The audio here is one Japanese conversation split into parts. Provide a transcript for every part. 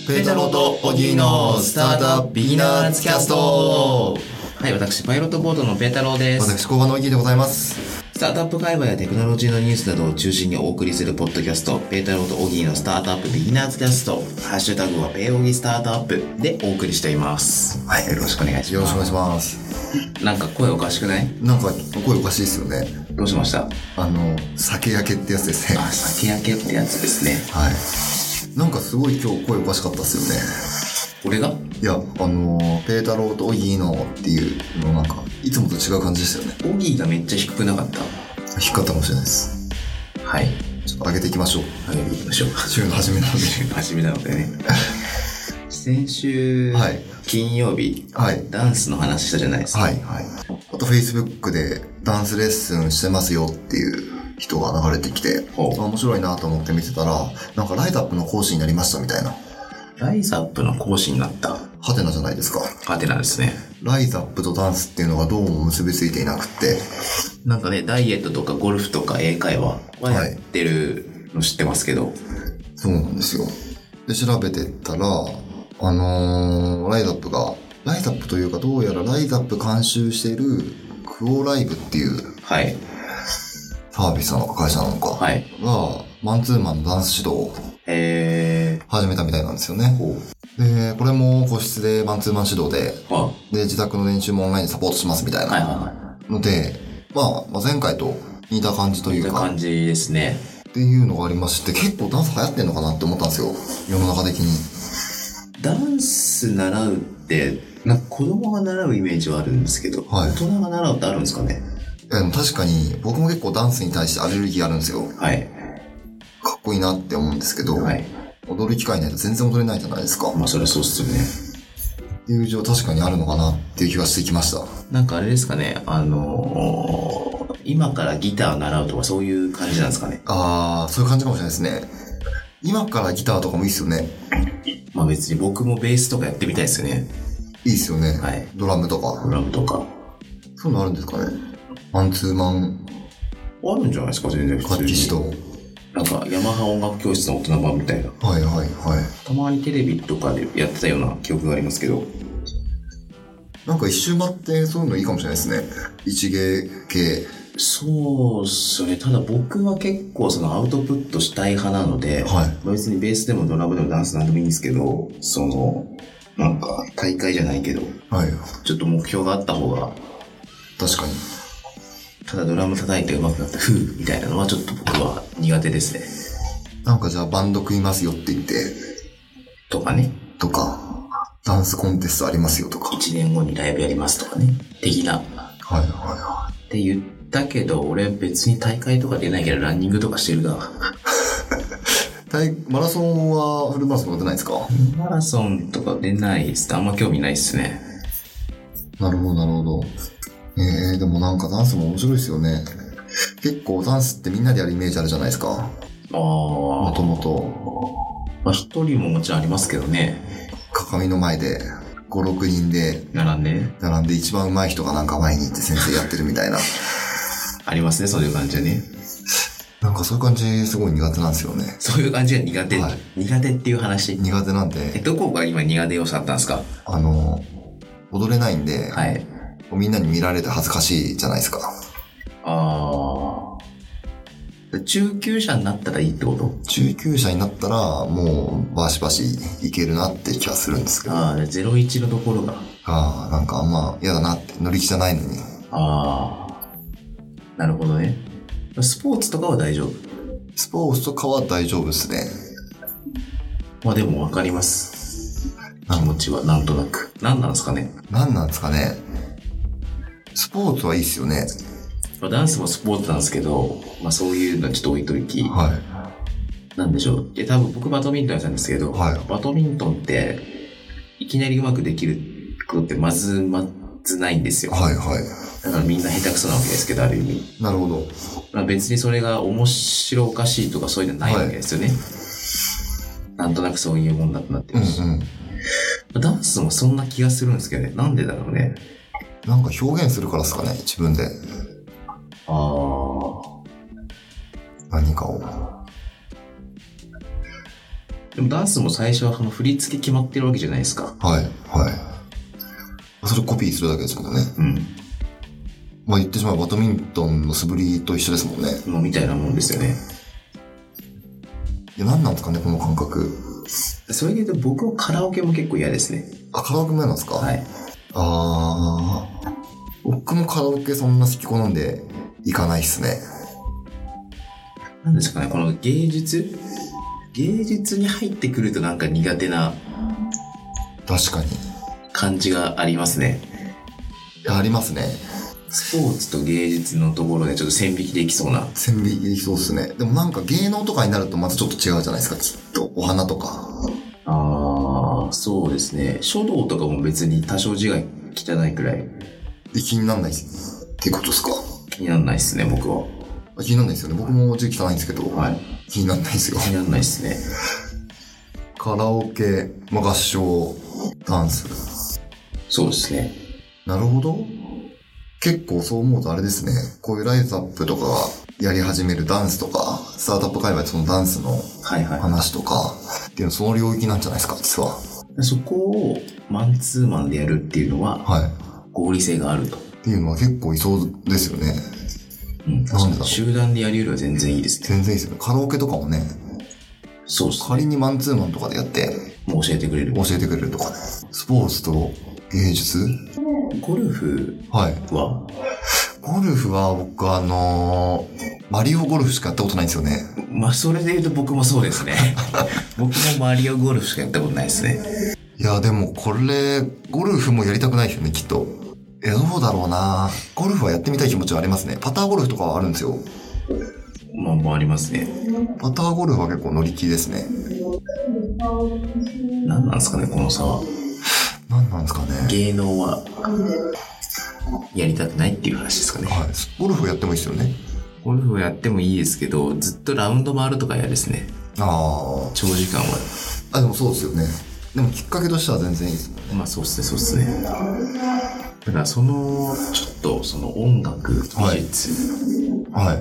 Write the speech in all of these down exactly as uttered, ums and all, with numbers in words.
ペータローとオギーのスタートアップビギナーズキャスト。 はい、私パイロットボードのペータローです。 私工場のオギーでございます。 スタートアップ会話やテクノロジーのニュースなどを中心にお送りするポッドキャスト、ペータローとオギーのスタートアップビギナーズキャスト、ハッシュタグはペイオギスタートアップでお送りしています。はい、よろしくお願いします。 よろしくお願いします。 なんか声おかしくない？ なんか声おかしいですよね。 どうしました？ あの酒焼けってやつですね。 あ、酒焼けってやつですね。 はい。なんかすごい今日声おかしかったっすよね。 俺が？ いや、あのペータローとオギーのっていうのなんかいつもと違う感じでしたよね。 オギーがめっちゃ低くなかった？ 低かったかもしれないです。 はい。 ちょっと上げていきましょう。 上げていきましょう。 週の初めなので。 週の初めなのでね。先週、はい、金曜日、はい、ダンスの話したじゃないですか。 はいはい。あと Facebook でダンスレッスンしてますよっていう人が流れてきて、面白いなと思って見てたら、なんかライザップの講師になりましたみたいな。 ライザップの講師になった。 ハテナじゃないですか。 ハテナですね。 ライザップとダンスっていうのがどうも結びついていなくって。 なんかね、ダイエットとかゴルフとか英会話はやってるの知ってますけど。はい、 そうなんですよ。で、調べてったら、あのー、ライザップが、ライザップというかどうやらライザップ監修しているクオライブっていう、はい、サービスなのか会社なのか、はい、が、マンツーマンのダンス指導を始めたみたいなんですよね。で、これも個室でマンツーマン指導で、はあ、で、自宅の練習もオンラインでサポートしますみたいなので、はいはいはい、まあ、まあ、前回と似た感じというか、 似た感じですね。 っていうのがありまして、結構ダンス流行ってんのかなって思ったんですよ。世の中的に。 ダンス習うって、なんか子供が習うイメージはあるんですけど、はい、大人が習うってあるんですかね？ いやでも確かに僕も結構ダンスに対してアレルギーあるんですよ。はい。かっこいいなって思うんですけど、はい、踊る機会ないと全然踊れないじゃないですか。 まあそれはそうっすよね。 っていう情確かにあるのかなっていう気がしてきました。 なんかあれですかね、あのー、今からギター習うとかそういう感じなんですかね？ ああ、そういう感じかもしれないですね。今からギターとかもいいっすよね。 まあ別に僕もベースとかやってみたいですよね。 いいっすよね。はい。ドラムとか。 ドラムとか。 そういうのあるんですかね。マンツーマン。 あるんじゃないですか、全然普通に。 楽器指導。 なんか、ヤマハ音楽教室の大人版みたいな。 はいはいはい。 たまにテレビとかでやってたような記憶がありますけど。 なんか一周回ってそういうのいいかもしれないですね。一芸系。 そうっすね。ただ僕は結構そのアウトプットしたい派なので、はい、別にベースでもドラムでもダンスなんでもいいんですけど、その、なんか大会じゃないけど、はい、ちょっと目標があった方が。 確かに。 ただドラム叩いて上手くなったふうみたいなのはちょっと僕は苦手ですね。 なんかじゃあバンド組みますよって言って。 とかね。 とか、ダンスコンテストありますよとか。 一年後にライブやりますとかね。的な。はいはいはい。 って言ったけど、俺別に大会とか出ないけどランニングとかしてるな。 マラソンはフルマラソンとか出ないですか？ マラソンとか出ないっす。あんま興味ないっすね。 なるほどなるほど。えー、でもなんかダンスも面白いですよね。結構ダンスってみんなでやるイメージあるじゃないですか。ああ。もともと。 まあ一人ももちろんありますけどね。 鏡の前でご、ろくにんで並んで並んで一番上手い人がなんか前に行って先生やってるみたいな。 ありますね、そういう感じはね。 なんかそういう感じすごい苦手なんですよね。 そういう感じが苦手、はい、苦手っていう話。 苦手なんで。 え、どこが今苦手要素あったんですか？ あの、踊れないんで、はい。みんなに見られて恥ずかしいじゃないですか。 ああ。中級者になったらいいってこと？ 中級者になったら、もうバシバシいけるなって気はするんですけど。 ああ、ゼロイチのところが。 ああ、なんかあんま嫌だなって、乗り気じゃないのに。 ああ。なるほどね。スポーツとかは大丈夫？ スポーツとかは大丈夫ですね。 まあでもわかります。気持ちはなんとなく。何なんですかね？ 何なんですかね？スポーツはいいっすよね。 ダンスもスポーツなんですけど、まあそういうのはちょっと置いといき。はい。なんでしょう。いや多分僕バドミントンやったんですけど、はい、バドミントンっていきなりうまくできることってまずまずないんですよ。はいはい。だからみんな下手くそなわけですけど、ある意味。 なるほど。 まあ、別にそれが面白おかしいとかそういうのないわけですよね。はい、なんとなくそういうもんだとなってるし、うんうん。ダンスもそんな気がするんですけどね。なんでだろうね。 なんか表現するからですかね、自分で。ああ。何かを。 でもダンスも最初はその振り付け決まってるわけじゃないですか。 はい、はい。それコピーするだけですもんね。うん。まあ言ってしまえばバドミントンの素振りと一緒ですもんね。 もうみたいなもんですよね。 いや、何なんですかね、この感覚。 それで言うと僕はカラオケも結構嫌ですね。 あ、カラオケも嫌なんですか？ はい。 あー。僕もカラオケそんな好き好んで行かないっすね。 なんですかね、この芸術芸術に入ってくるとなんか苦手な確かに感じがありますね。 いや、ありますね。 スポーツと芸術のところでちょっと線引きできそうな。 線引きできそうですね。でもなんか芸能とかになるとまたちょっと違うじゃないですか、きっと。お花とか。 ああ、そうですね。書道とかも別に多少字が汚いくらい。 気にならないってことですか？ 気にならないですね、僕は。 気にならないですよね。僕も字汚いんですけど、はい、気にならないですよ。 気にならないですね。 カラオケ、まあ、合唱、ダンス。 そうですね。 なるほど。結構そう思うとあれですね。こういうライズアップとかがやり始めるダンスとか、スタートアップ界隈でそのダンスの話とかっていうのその領域なんじゃないですか、実は。 そこをマンツーマンでやるっていうのは、はい、合理性があると。 っていうのは結構いそうですよね。 うん、なんでだろう。集団でやるよりは全然いいですね。 全然いいですよね。カラオケとかもね。 そうですね。 仮にマンツーマンとかでやって、 もう教えてくれる。 教えてくれるとかね。スポーツと芸術？ ゴルフは、はい、 ゴルフは僕あのー、マリオゴルフしかやったことないんですよね。 まあ、それで言うと僕もそうですね。僕もマリオゴルフしかやったことないですね。 いや、でもこれ、ゴルフもやりたくないですよね、きっと。え、どうだろうな。ゴルフはやってみたい気持ちはありますね。パターゴルフとかはあるんですよ。 まあ、もうありますね。 パターゴルフは結構乗り気ですね。 何なんですかね、この差は。 何なんですかね。 芸能はやりたくないっていう話ですかね。 はい。ゴルフやってもいいですよね。 ゴルフをやってもいいですけど、ずっとラウンド回るとか嫌ですね。 ああ。 長時間は。 あ、でもそうですよね。でもきっかけとしては全然いいですもんね。 まあそうっすね、そうっすね。だからその、ちょっとその音楽、美術。 はい。はい、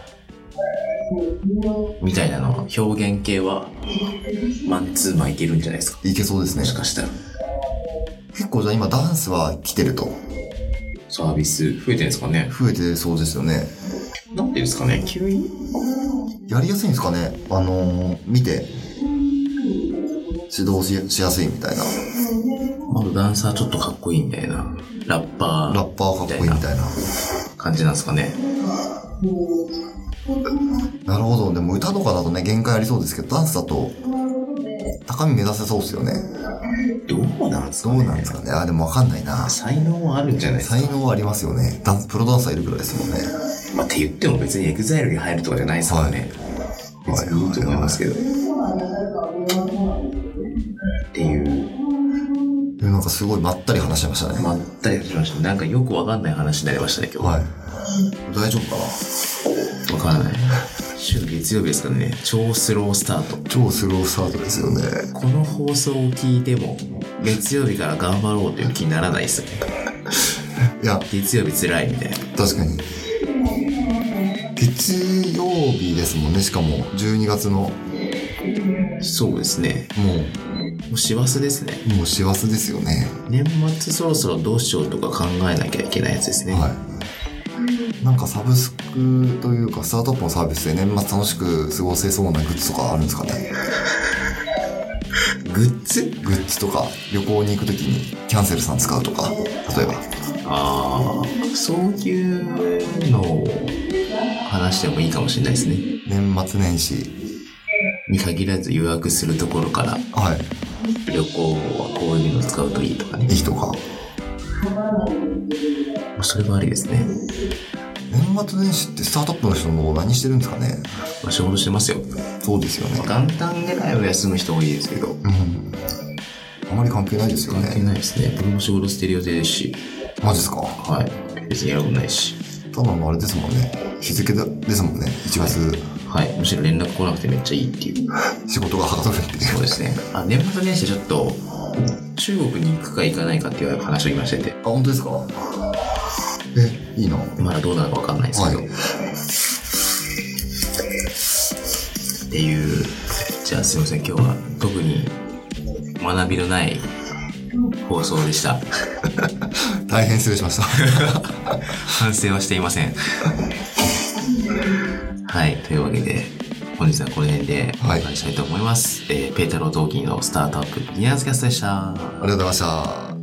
みたいなのは、表現系は、マンツーマンいけるんじゃないですか。 いけそうですね。 もしかしたら。 結構じゃあ今ダンスは来てると。 サービス増えてるんですかね。 増えてそうですよね。 なんでですかね、急に。 やりやすいんですかね。あのー、見て、指導 し, しやすいみたいな。 まだダンサーちょっとかっこいいみたいな。ラッパー。 ラッパーかっこいいみたいな。 感じなんですかね。 なるほど。でも歌とかだとね、限界ありそうですけど、ダンスだと、高み目指せそうですよね。 どうなんですかね。 どうなんですかね。あ、でもわかんないな。 才能はあるんじゃないですか。 才能はありますよね。ダンス、プロダンサーいるぐらいですもんね。 まあ、って言っても別にエグザイルに入るとかじゃないですからね。はい、別にいいと思いますけど。っていう。 なんかすごいまったり話しましたね。 まったり話しましたね。なんかよくわかんない話になりましたね、今日。 はい。大丈夫かな？ わからない。週月曜日ですからね。超スロースタート。 超スロースタートですよね。 この放送を聞いても、月曜日から頑張ろうという気にならないですよね。いや、月曜日辛いみたいな。 確かに。月曜日ですもんね、しかもじゅうにがつの。 そうですね。もう、もう師走ですね。 もう師走ですよね。 年末そろそろどうしようとか考えなきゃいけないやつですね。はい。 なんかサブスクというかスタートアップのサービスで年末楽しく過ごせそうなグッズとかあるんですかね。 グッズ？ グッズとか旅行に行くときにキャンセルさん使うとか、例えば。 ああ、そういうのを話してもいいかもしれないですね。 年末年始に限らず予約するところから、はい、旅行はこういうのを使うといいとかね。 いいとか。 それもありですね。 年末年始ってスタートアップの人も何してるんですかね。 まあ、仕事してますよ。 そうですよね。 元旦ぐらいは休む人多いですけど。うん。 あまり関係ないですよね。 関係ないですね。僕も仕事してる予定ですし。 マジですか？ はい。別にやることないし。 ただのあれですもんね。日付ですもんね。いちがつ。 はい。はい。むしろ連絡来なくてめっちゃいいっていう。 仕事がはかどるっていう。 そうですね。あ、年末年始ちょっと、中国に行くか行かないかっていう話を今してて。 あ、本当ですか？え、いいな。 まだどうなるか分かんないですけど、はい、っていうじゃあすいません、今日は特に学びのない放送でした。 大変失礼しました。 反省はしていません。はい、というわけで本日はこの辺でお別れしたいと思います。はい、えー、ペータロー・トーキーのスタートアップビギナーズキャストでした。 ありがとうございました。